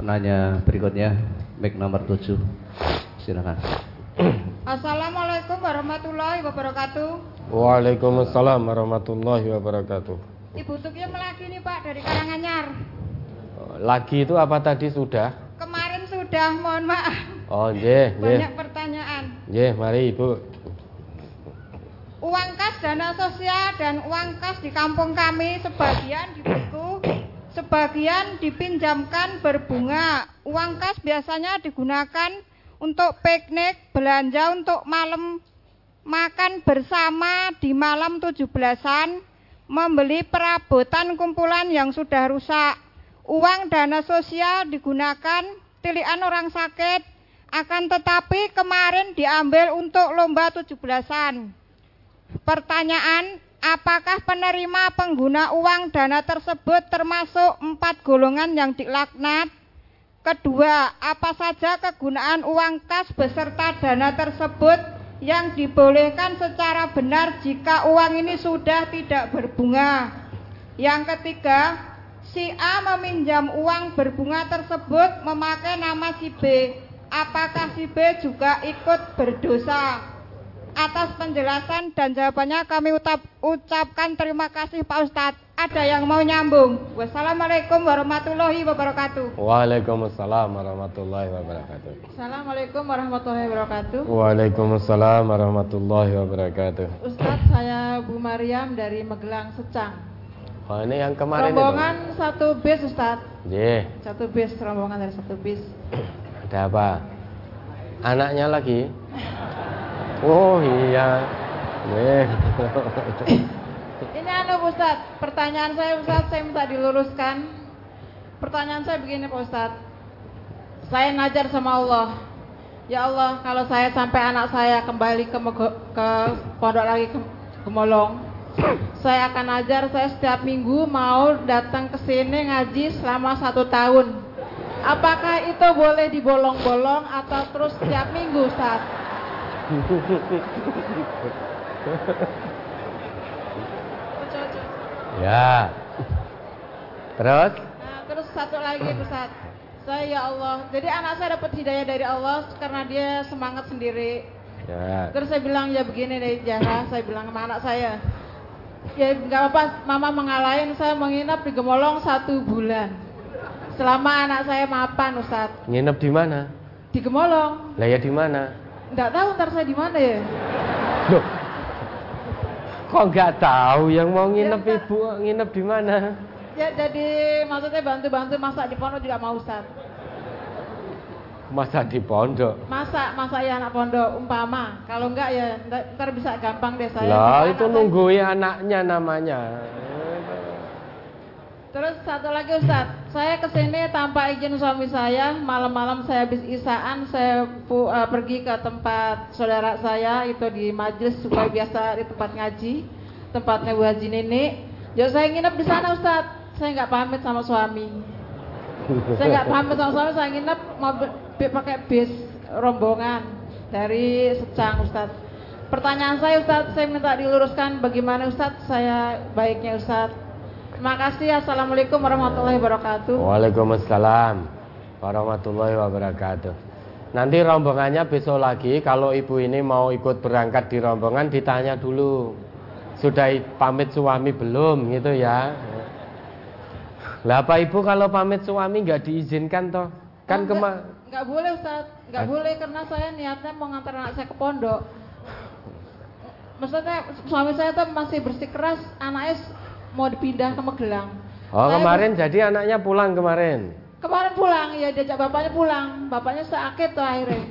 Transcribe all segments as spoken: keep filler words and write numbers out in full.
penanya berikutnya, mic nomor tujuh. Silakan. Assalamualaikum warahmatullahi wabarakatuh. Waalaikumsalam warahmatullahi wabarakatuh. Ibu Tukya lagi nih Pak dari Karanganyar. Lagi itu apa tadi sudah? Kemarin sudah, mohon maaf. Oh, nggih, nggih. Banyak pertanyaan. Nggih, mari Ibu. Uang kas dana sosial dan uang kas di kampung kami sebagian dibeku, sebagian dipinjamkan berbunga. Uang kas biasanya digunakan untuk piknik, belanja untuk malam makan bersama di malam tujuh belasan, membeli perabotan kumpulan yang sudah rusak. Uang dana sosial digunakan tilian orang sakit, akan tetapi kemarin diambil untuk lomba tujuh belasan. Pertanyaan, apakah penerima pengguna uang dana tersebut termasuk empat golongan yang dilaknat? Kedua, apa saja kegunaan uang kas beserta dana tersebut yang dibolehkan secara benar jika uang ini sudah tidak berbunga? Yang ketiga, si A meminjam uang berbunga tersebut memakai nama si B. Apakah si B juga ikut berdosa? Atas penjelasan dan jawabannya kami ucap, ucapkan terima kasih Pak Ustadz. Ada yang mau nyambung? Wassalamualaikum warahmatullahi wabarakatuh. Waalaikumsalam warahmatullahi wabarakatuh. Assalamualaikum warahmatullahi wabarakatuh. Waalaikumsalam warahmatullahi wabarakatuh. Ustadz, saya Bu Mariam dari Magelang Secang. Oh, ini yang kemarin rombongan itu. Satu bis Ustadz. Nggih. Satu bis, rombongan dari satu bis. Ada apa? Anaknya lagi? Oh iya. Nih. Ini anu Ustadz, pertanyaan saya Ustadz, saya minta diluruskan. Pertanyaan saya begini Pak Ustadz. Saya najar sama Allah. Ya Allah, kalau saya sampai anak saya kembali ke ke pondok lagi ke Gemolong, saya akan ajar, saya setiap minggu mau datang ke sini ngaji selama satu tahun. Apakah itu boleh dibolong-bolong atau terus setiap minggu Ustaz? Ya. Terus? Nah, terus satu lagi Ustaz. Saya ya Allah, jadi anak saya dapat hidayah dari Allah karena dia semangat sendiri. Ya. Terus saya bilang ya begini dari Jara, saya bilang sama anak saya, ya nggak apa-apa, mama mengalahin, saya menginap di Gemolong satu bulan. Selama anak saya mapan, Ustaz. Nginep di mana? Di Gemolong. Lah ya di mana? Nggak tahu ntar saya di mana ya. Loh. Kok nggak tahu yang mau nginep ya, ibu nginep di mana? Ya jadi maksudnya bantu-bantu masak di pondok juga mau Ustaz. Masak di pondok. Masak, masak ya anak pondok umpama. Kalau enggak ya ntar bisa gampang deh saya. Lah itu nungguin anaknya namanya. Terus satu lagi Ustaz, saya kesini tanpa izin suami saya. Malam-malam saya habis isaan, saya pu, uh, pergi ke tempat saudara saya itu di majelis supaya biasa di tempat ngaji, tempatnya Bu Haji Nenek. Jadi saya nginep di sana Ustaz. Saya nggak pamit sama suami. Saya nggak pamit sama suami, saya nginep mobil pakai bis rombongan dari Secang Ustaz. Pertanyaan saya Ustaz, saya minta diluruskan bagaimana Ustaz saya baiknya Ustaz. Terima kasih. Assalamualaikum warahmatullahi wabarakatuh. Waalaikumsalam warahmatullahi wabarakatuh. Nanti rombongannya besok lagi. Kalau ibu ini mau ikut berangkat di rombongan, ditanya dulu, sudah pamit suami belum gitu ya. Lah apa ibu kalau pamit suami nggak diizinkan toh? Kan oh, kema nggak boleh Ustaz, nggak boleh karena saya niatnya mau ngantar anak saya ke pondok. Maksudnya suami saya tuh masih bersikeras anaknya mau dipindah ke Magelang. Oh saya kemarin jadi anaknya pulang kemarin? Kemarin pulang, ya diajak bapaknya pulang. Bapaknya sakit tuh akhirnya.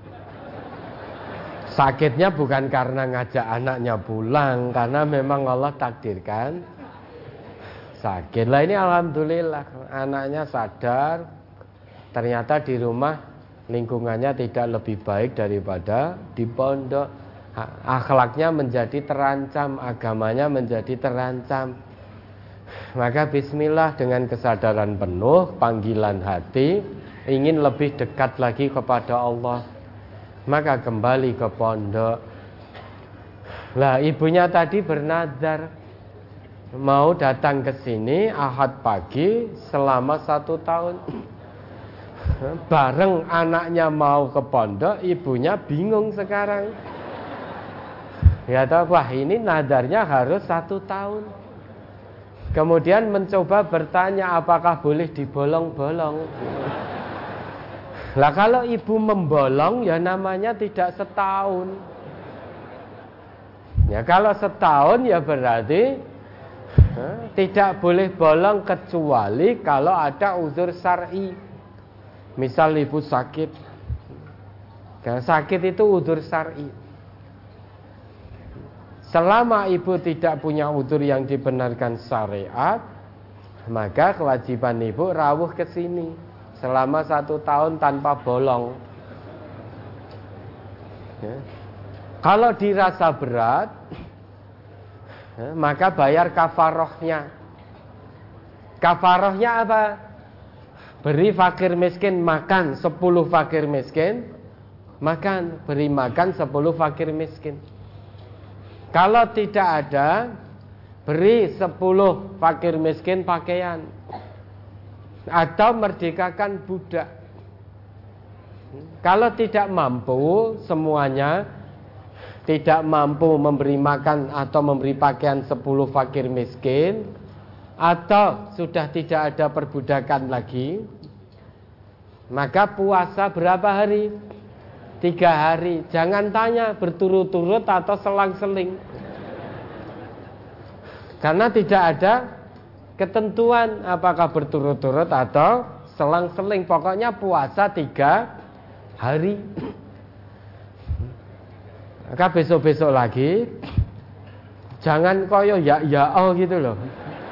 Sakitnya bukan karena ngajak anaknya pulang, karena memang Allah takdirkan sakit. Lah ini alhamdulillah anaknya sadar, ternyata di rumah lingkungannya tidak lebih baik daripada di pondok. Akhlaknya menjadi terancam, agamanya menjadi terancam. Maka bismillah dengan kesadaran penuh, panggilan hati, ingin lebih dekat lagi kepada Allah, maka kembali ke pondok. Lah ibunya tadi bernazar mau datang ke sini Ahad pagi selama satu tahun. bareng anaknya mau ke pondok, ibunya bingung sekarang. Ya tahu, wah ini nadarnya harus satu tahun. Kemudian mencoba bertanya apakah boleh dibolong-bolong. Lah kalau ibu membolong ya namanya tidak setahun. Ya kalau setahun ya berarti eh, tidak boleh bolong kecuali kalau ada uzur syar'i. Misal ibu sakit. Karena sakit itu uzur syar'i. Selama ibu tidak punya uzur yang dibenarkan syariat, maka kewajiban ibu rawuh ke sini selama satu tahun tanpa bolong. Ya. Kalau dirasa berat, ya, maka bayar kafarohnya. Kafarohnya apa? Beri fakir miskin makan, sepuluh fakir miskin makan, beri makan sepuluh fakir miskin. Kalau tidak ada, beri sepuluh fakir miskin pakaian, atau merdekakan budak. Kalau tidak mampu semuanya, tidak mampu memberi makan atau memberi pakaian sepuluh fakir miskin, atau sudah tidak ada perbudakan lagi, maka puasa berapa hari? Tiga hari. Jangan tanya berturut-turut atau selang-seling, karena tidak ada ketentuan apakah berturut-turut atau selang-seling. Pokoknya puasa tiga hari. Maka besok-besok lagi jangan koyo ya ya oh gitu loh.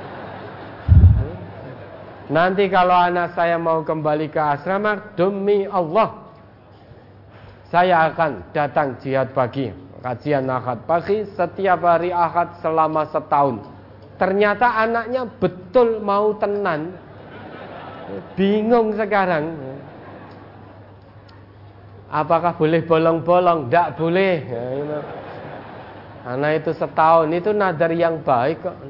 Nanti kalau anak saya mau kembali ke asrama, demi Allah saya akan datang jihad pagi, kajian ahad pagi setiap hari ahad selama setahun. Ternyata anaknya betul mau tenan. Bingung sekarang. Apakah boleh bolong-bolong? Tidak boleh. Ya, you anak itu setahun, itu nadar yang baik kok.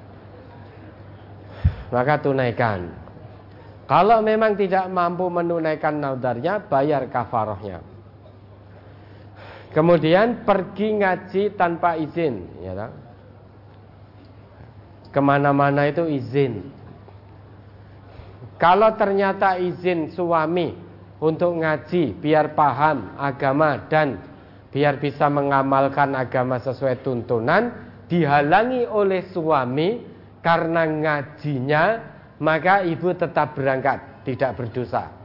Maka tunaikan. Kalau memang tidak mampu menunaikan nadarnya, bayar kafarohnya. Kemudian pergi ngaji tanpa izin, ya tak? Kemana-mana itu izin. Kalau ternyata izin suami untuk ngaji biar paham agama dan biar bisa mengamalkan agama sesuai tuntunan, dihalangi oleh suami karena ngajinya, maka ibu tetap berangkat, tidak berdosa.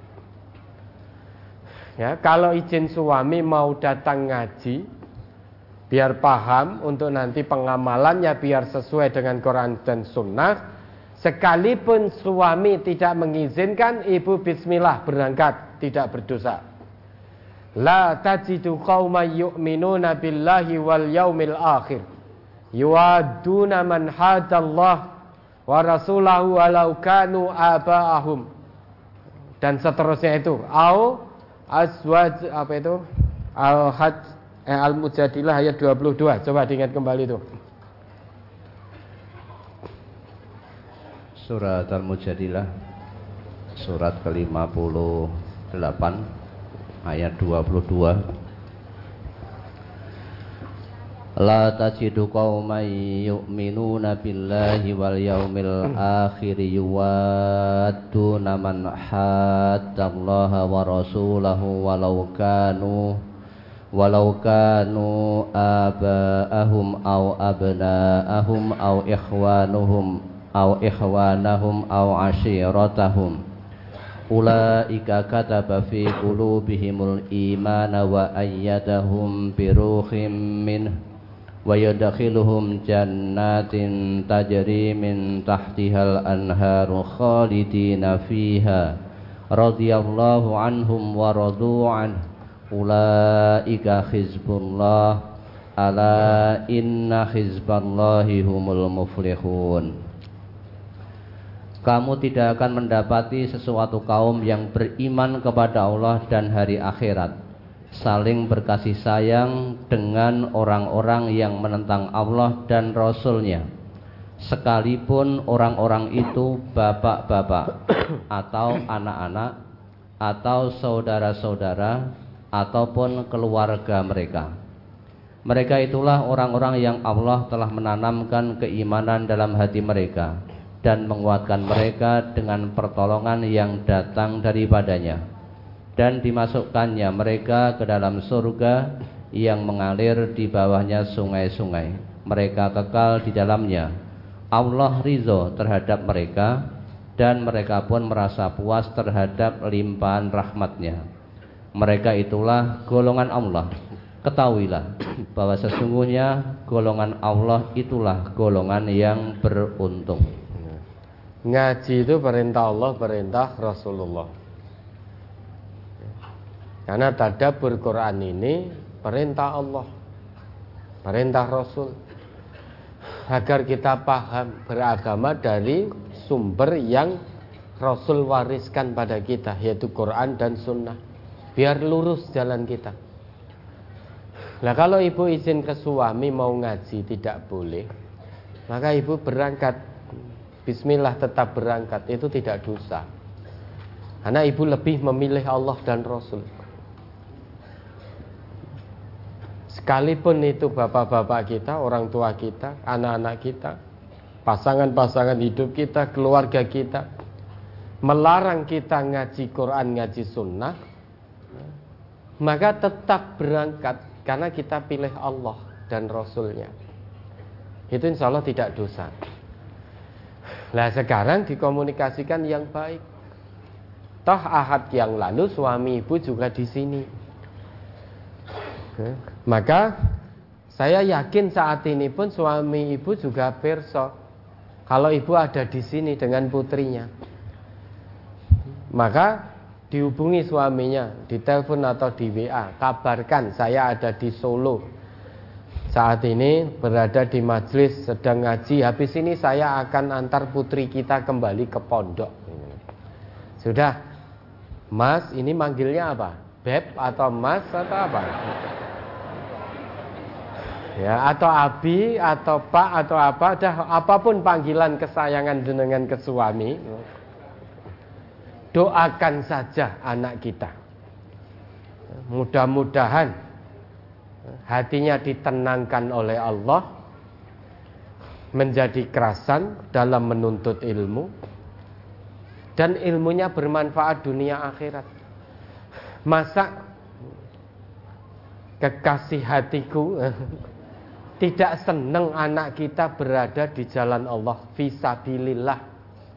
Ya, kalau izin suami mau datang ngaji biar paham untuk nanti pengamalannya biar sesuai dengan Quran dan Sunnah, sekalipun suami tidak mengizinkan, ibu bismillah berangkat, tidak berdosa. La tajidu qauman yu'minuna billahi wal yaumil akhir yuaduna man hadallah wa rasulahu walau kanu aba'ahum, dan seterusnya itu. Au azwaj apa itu? Al-Hajj Eh, Al-Mujadilah ayat dua puluh dua. Coba diingat kembali itu. Surat Al-Mujadilah surat ke lima puluh delapan ayat dua puluh dua. La tajidu qauman yu'minuna billahi wal yaumil akhir yuwadduna man haddallaha wa rasulahu walau kanu walau kanu aba'ahum aw abna'ahum aw ikhwanuhum aw ikhwanahum aw ashiratahum ulaika kataba fi qulubihimul imana wa ayyadahum bi ruhim min wa yadkhiluhum jannatin tajri min tahtihal anharu khalidina fiha radhiyallahu anhum wa radu anhu ulaika hizbullah ala inna hizballahi humul muflihun. Kamu tidak akan mendapati sesuatu kaum yang beriman kepada Allah dan hari akhirat saling berkasih sayang dengan orang-orang yang menentang Allah dan Rasul-Nya, sekalipun orang-orang itu bapak-bapak atau anak-anak atau saudara-saudara ataupun keluarga mereka. Mereka itulah orang-orang yang Allah telah menanamkan keimanan dalam hati mereka dan menguatkan mereka dengan pertolongan yang datang daripadanya, dan dimasukkannya mereka ke dalam surga yang mengalir di bawahnya sungai-sungai. Mereka kekal di dalamnya. Allah ridho terhadap mereka, dan mereka pun merasa puas terhadap limpahan rahmatnya. Mereka itulah golongan Allah. Ketahuilah bahwa sesungguhnya golongan Allah itulah golongan yang beruntung. Ngaji itu perintah Allah, perintah Rasulullah. Karena tadabbur Quran ini perintah Allah, perintah Rasul, agar kita paham beragama dari sumber yang Rasul wariskan pada kita, yaitu Quran dan Sunnah, biar lurus jalan kita. Nah, kalau ibu izin ke suami mau ngaji tidak boleh, maka ibu berangkat, bismillah tetap berangkat, itu tidak dosa. Karena ibu lebih memilih Allah dan Rasul. Sekalipun itu bapak-bapak kita, orang tua kita, anak-anak kita, pasangan-pasangan hidup kita, keluarga kita melarang kita ngaji Quran, ngaji Sunnah, maka tetap berangkat. Karena kita pilih Allah dan Rasulnya, itu insya Allah tidak dosa. Nah, sekarang dikomunikasikan yang baik. Toh ahad yang lalu suami ibu juga di sini. Maka saya yakin saat ini pun suami ibu juga perso kalau ibu ada di sini dengan putrinya. Maka dihubungi suaminya, ditelepon atau di W A, kabarkan saya ada di Solo saat ini, berada di majelis sedang ngaji. Habis ini saya akan antar putri kita kembali ke pondok. Sudah, Mas, ini manggilnya apa? Beb atau Mas atau apa? Ya, atau Abi atau Pak atau apa, dah apapun panggilan kesayangan jenengan ke suami. Doakan saja anak kita. Mudah-mudahan hatinya ditenangkan oleh Allah, menjadi kerasan dalam menuntut ilmu, dan ilmunya bermanfaat dunia akhirat. Masa kekasih hatiku tidak senang anak kita berada di jalan Allah fisabilillah?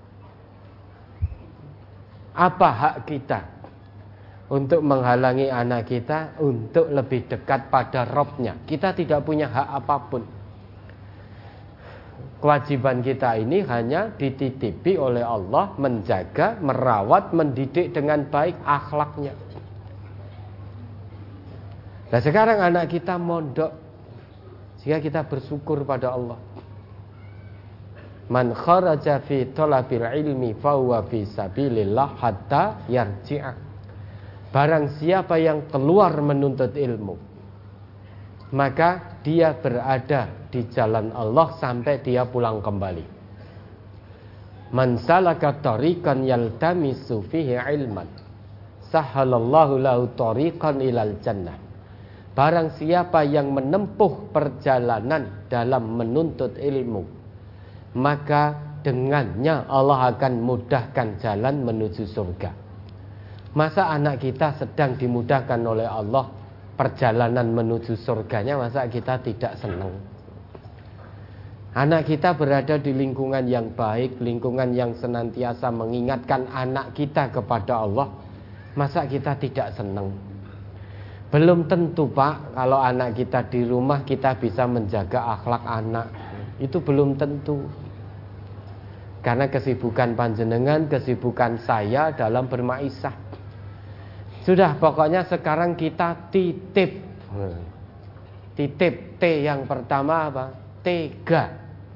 Apa hak kita untuk menghalangi anak kita untuk lebih dekat pada Robnya? Kita tidak punya hak apapun. Kewajiban kita ini hanya dititipi oleh Allah, menjaga, merawat, mendidik dengan baik akhlaknya. Nah, sekarang anak kita mondok, sehingga kita bersyukur pada Allah. Man kharaja fi talabil ilmi fahuwa fi sabilillah hatta yarji'a. Barang siapa yang keluar menuntut ilmu, maka dia berada di jalan Allah sampai dia pulang kembali. Man salaka tariqan yaltamisu fihi ilman sahhalallahu lahu tariqan ilal jannah. Barang siapa yang menempuh perjalanan dalam menuntut ilmu, maka dengannya Allah akan mudahkan jalan menuju surga. Masa anak kita sedang dimudahkan oleh Allah perjalanan menuju surganya, masa kita tidak senang? Anak kita berada di lingkungan yang baik, lingkungan yang senantiasa mengingatkan anak kita kepada Allah, masa kita tidak senang? Belum tentu, Pak, kalau anak kita di rumah kita bisa menjaga akhlak anak. Itu belum tentu. Karena kesibukan panjenengan, kesibukan saya dalam bermaisah. Sudah, pokoknya sekarang kita titip. Titip T yang pertama apa? Tega.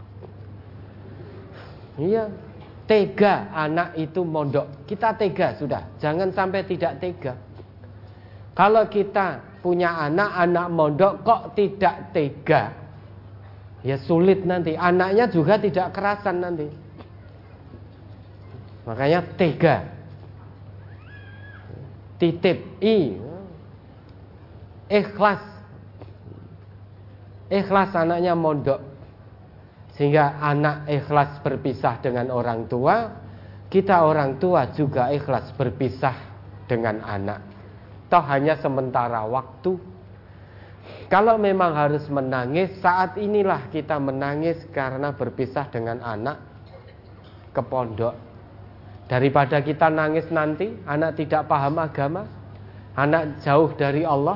Iya, tega anak itu mondok. Kita tega sudah, jangan sampai tidak tega. Kalau kita punya anak, anak mondok kok tidak tega, ya sulit nanti. Anaknya juga tidak kerasan nanti. Makanya tega. titip i ikhlas. Ikhlas anaknya mondok. Sehingga anak ikhlas berpisah dengan orang tua, kita orang tua juga ikhlas berpisah dengan anak. Toh hanya sementara waktu. Kalau memang harus menangis, saat inilah kita menangis karena berpisah dengan anak ke pondok. Daripada kita nangis nanti, anak tidak paham agama, anak jauh dari Allah,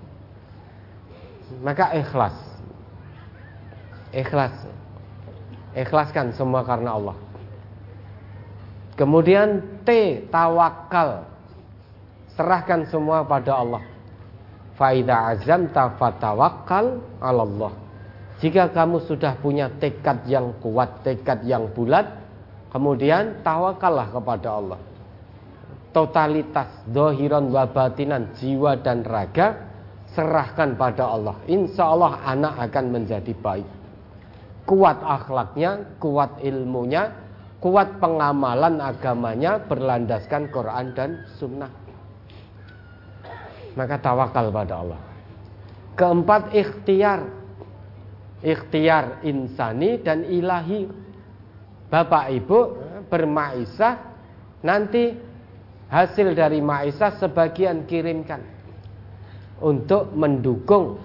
maka ikhlas. Ikhlas. Ikhlaskan semua karena Allah. Kemudian T, tawakal. Serahkan semua pada Allah. Fa idza azamta fatawakkal 'alallah. Jika kamu sudah punya tekad yang kuat, tekad yang bulat, kemudian tawakallah kepada Allah. Totalitas zahiran wa batinan, jiwa dan raga serahkan pada Allah. Insya Allah anak akan menjadi baik. Kuat akhlaknya, kuat ilmunya, kuat pengamalan agamanya berlandaskan Quran dan Sunnah. Maka tawakal pada Allah. Keempat, ikhtiar. Ikhtiar insani dan ilahi. Bapak ibu bermaisah, nanti hasil dari maisah sebagian kirimkan untuk mendukung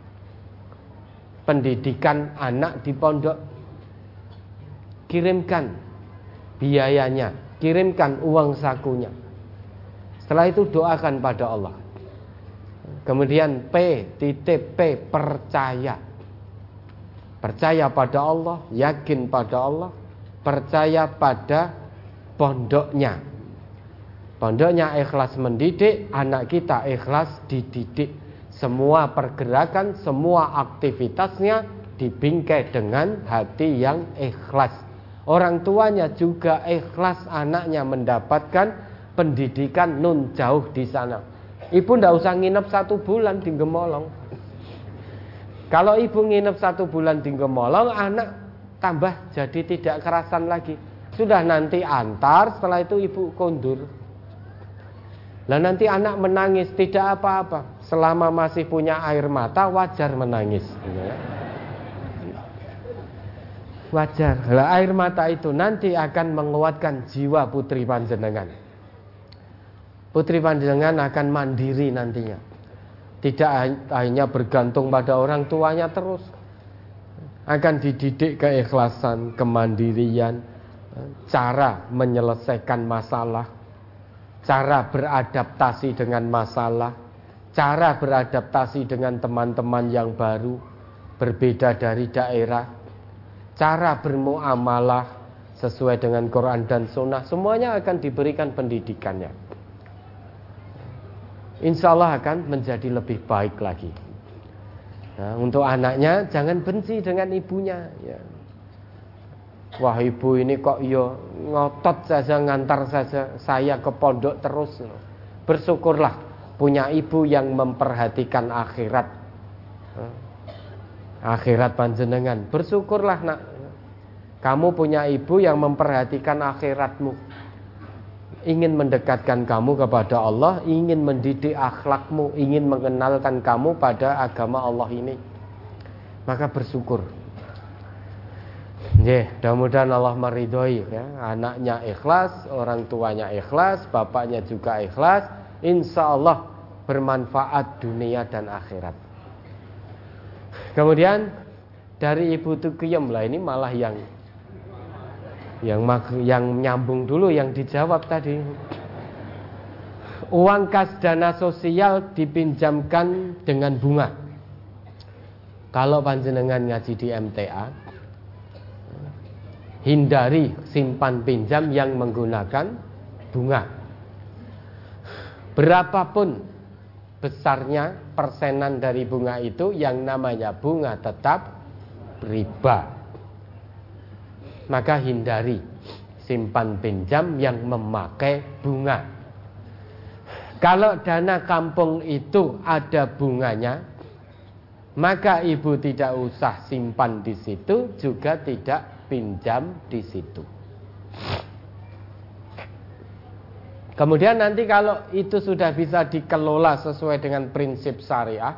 pendidikan anak di pondok. Kirimkan biayanya, kirimkan uang sakunya. Setelah itu doakan pada Allah. Kemudian P, titik P, percaya. Percaya pada Allah, yakin pada Allah, percaya pada pondoknya. Pondoknya ikhlas mendidik, anak kita ikhlas dididik. Semua pergerakan, semua aktivitasnya dibingkai dengan hati yang ikhlas. Orang tuanya juga ikhlas anaknya mendapatkan pendidikan nun jauh di sana. Ibu ndak usah nginep satu bulan di Gemolong. Kalau ibu nginep satu bulan di Gemolong, anak tambah jadi tidak kerasan lagi. Sudah nanti antar, setelah itu ibu kondur. Lah nanti anak menangis tidak apa-apa. Selama masih punya air mata wajar menangis. Wajar. Lah air mata itu nanti akan menguatkan jiwa putri panjenengan. Putri panjenengan akan mandiri nantinya. Tidak hanya bergantung pada orang tuanya terus. Akan dididik keikhlasan, kemandirian, cara menyelesaikan masalah, cara beradaptasi dengan masalah, cara beradaptasi dengan teman-teman yang baru, berbeda dari daerah, cara bermuamalah sesuai dengan Quran dan Sunnah. Semuanya akan diberikan pendidikannya. Insya Allah akan menjadi lebih baik lagi. Nah, untuk anaknya jangan benci dengan ibunya ya. Wah ibu ini kok yo ngotot saja, ngantar saja saya ke pondok terus. Bersyukurlah punya ibu yang memperhatikan akhirat. Akhirat panjenengan. Bersyukurlah nak, kamu punya ibu yang memperhatikan akhiratmu. Ingin mendekatkan kamu kepada Allah, ingin mendidik akhlakmu, ingin mengenalkan kamu pada agama Allah ini. Maka bersyukur. Ya, mudah-mudahan Allah meridhoi ya. Anaknya ikhlas, orang tuanya ikhlas, bapaknya juga ikhlas. Insya Allah bermanfaat dunia dan akhirat. Kemudian dari Ibu Tukiyem lah, ini malah yang Yang yang nyambung dulu yang dijawab tadi. Uang kas dana sosial dipinjamkan dengan bunga. Kalau panjenengan ngaji di M T A, hindari simpan pinjam yang menggunakan bunga. Berapapun besarnya persenan dari bunga itu, yang namanya bunga tetap riba. Maka hindari simpan pinjam yang memakai bunga. Kalau dana kampung itu ada bunganya, maka ibu tidak usah simpan di situ, juga tidak pinjam di situ. Kemudian nanti kalau itu sudah bisa dikelola sesuai dengan prinsip syariah,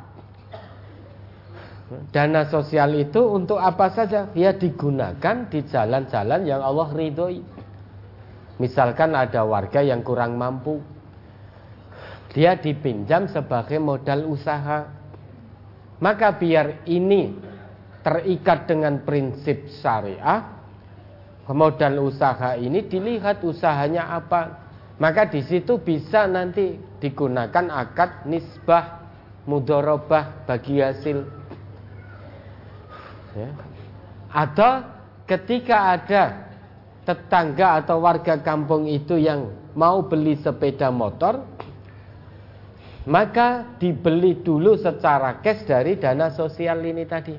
dana sosial itu untuk apa saja? Ya digunakan di jalan-jalan yang Allah ridhoi. Misalkan ada warga yang kurang mampu, dia dipinjam sebagai modal usaha. Maka biar ini terikat dengan prinsip syariah, modal usaha ini dilihat usahanya apa. Maka di situ bisa nanti digunakan akad nisbah, mudharabah bagi hasil. Ya. Atau ketika ada tetangga atau warga kampung itu yang mau beli sepeda motor, maka dibeli dulu secara cash dari dana sosial ini tadi.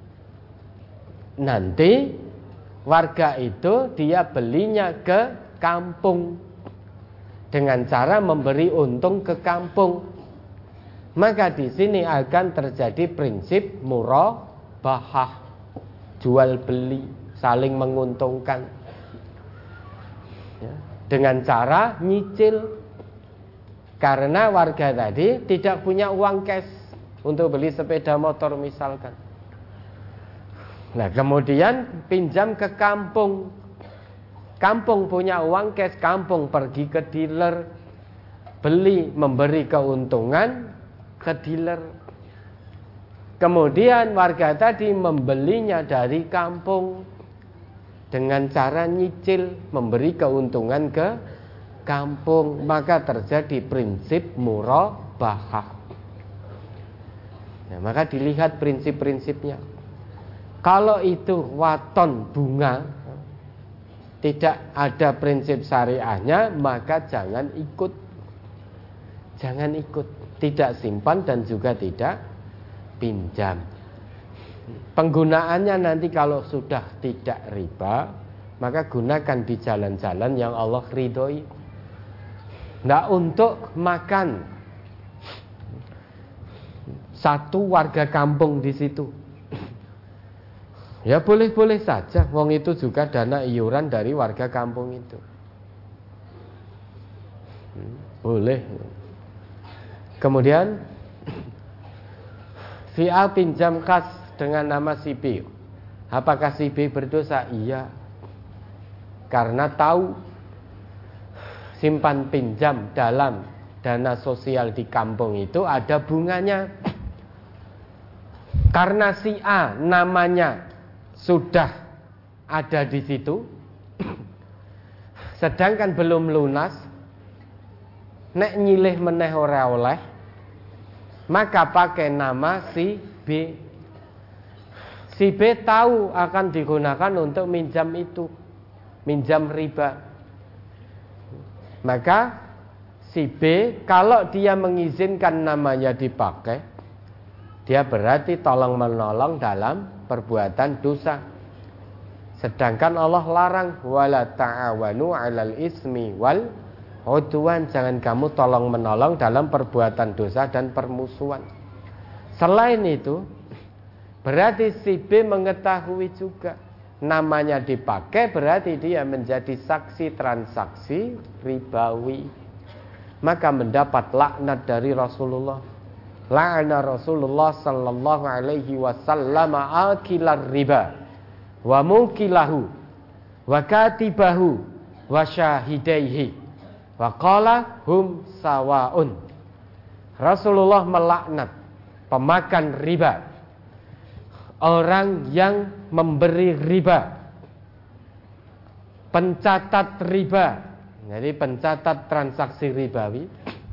Nanti warga itu dia belinya ke kampung dengan cara memberi untung ke kampung. Maka di sini akan terjadi prinsip murabahah, jual beli, saling menguntungkan, ya, dengan cara nyicil. Karena warga tadi tidak punya uang cash untuk beli sepeda motor misalkan. Nah kemudian pinjam ke kampung. Kampung punya uang cash, kampung pergi ke dealer, beli, memberi keuntungan ke dealer. Kemudian warga tadi membelinya dari kampung dengan cara nyicil, memberi keuntungan ke kampung. Maka terjadi prinsip murabahah. Nah, maka dilihat prinsip-prinsipnya. Kalau itu waton bunga, tidak ada prinsip syariahnya, maka jangan ikut. Jangan ikut. Tidak simpan dan juga tidak pinjam. Penggunaannya nanti kalau sudah tidak riba, maka gunakan di jalan-jalan yang Allah ridhoi. Nah, untuk makan satu warga kampung di situ, ya boleh-boleh saja. Wong itu juga dana iuran dari warga kampung itu. Hmm, boleh. Kemudian si A pinjam kas dengan nama si B. Apakah si B berdosa? Iya. Karena tahu simpan pinjam dalam dana sosial di kampung itu ada bunganya. Karena si A namanya sudah ada di situ, sedangkan belum lunas, nek nyilih meneh ora oleh, maka pakai nama si B. Si B tahu akan digunakan untuk minjam itu, minjam riba. Maka si B kalau dia mengizinkan namanya dipakai, dia berarti tolong menolong dalam perbuatan dosa. Sedangkan Allah larang, wala ta'awanu 'alal ismi wal 'udwan, jangan kamu tolong menolong dalam perbuatan dosa dan permusuhan. Selain itu, berarti si B mengetahui juga namanya dipakai, berarti dia menjadi saksi transaksi ribawi, maka mendapat laknat dari Rasulullah. La'ana Rasulullah sallallahu alaihi wasallam akilar riba wa mukilahu wa katibahu wa syahidaihi wa qala hum sawaun. Rasulullah melaknat pemakan riba, orang yang memberi riba, pencatat riba, jadi pencatat transaksi ribawi,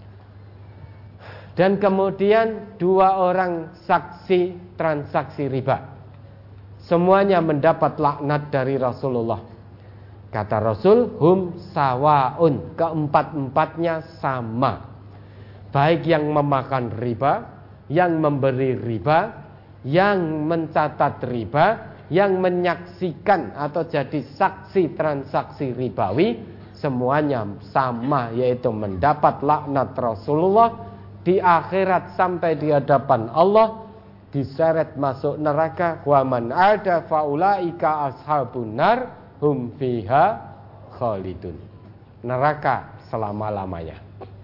dan kemudian dua orang saksi transaksi riba. Semuanya mendapat laknat dari Rasulullah. Kata Rasul, hum sawaun, keempat-empatnya sama. Baik yang memakan riba, yang memberi riba, yang mencatat riba, yang menyaksikan atau jadi saksi transaksi ribawi, semuanya sama, yaitu mendapat laknat Rasulullah. Di akhirat sampai di hadapan Allah diseret masuk neraka. Wa man ada faulaika ashabun nar hum fiha khalidun. Neraka selama-lamanya.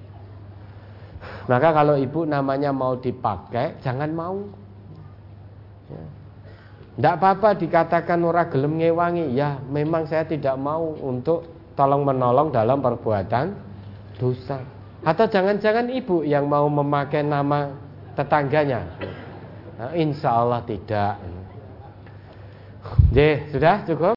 Maka kalau ibu namanya mau dipakai, jangan mau. Tidak apa-apa dikatakan ora gelem ngewangi. Ya memang saya tidak mau untuk tolong menolong dalam perbuatan dosa. Atau jangan-jangan ibu yang mau memakai nama tetangganya. Nah, insya Allah tidak. Jadi sudah cukup.